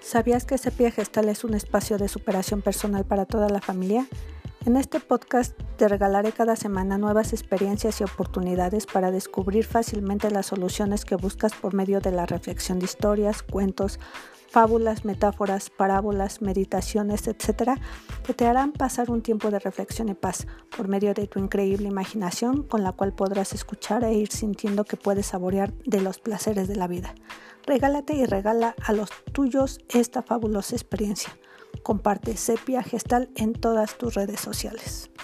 ¿Sabías que Sepia Gestal es un espacio de superación personal para toda la familia? En este podcast te regalaré cada semana nuevas experiencias y oportunidades para descubrir fácilmente las soluciones que buscas por medio de la reflexión de historias, cuentos, fábulas, metáforas, parábolas, meditaciones, etc., que te harán pasar un tiempo de reflexión y paz por medio de tu increíble imaginación, con la cual podrás escuchar e ir sintiendo que puedes saborear de los placeres de la vida. Regálate y regala a los tuyos esta fabulosa experiencia. Comparte Sepia Gestal en todas tus redes sociales.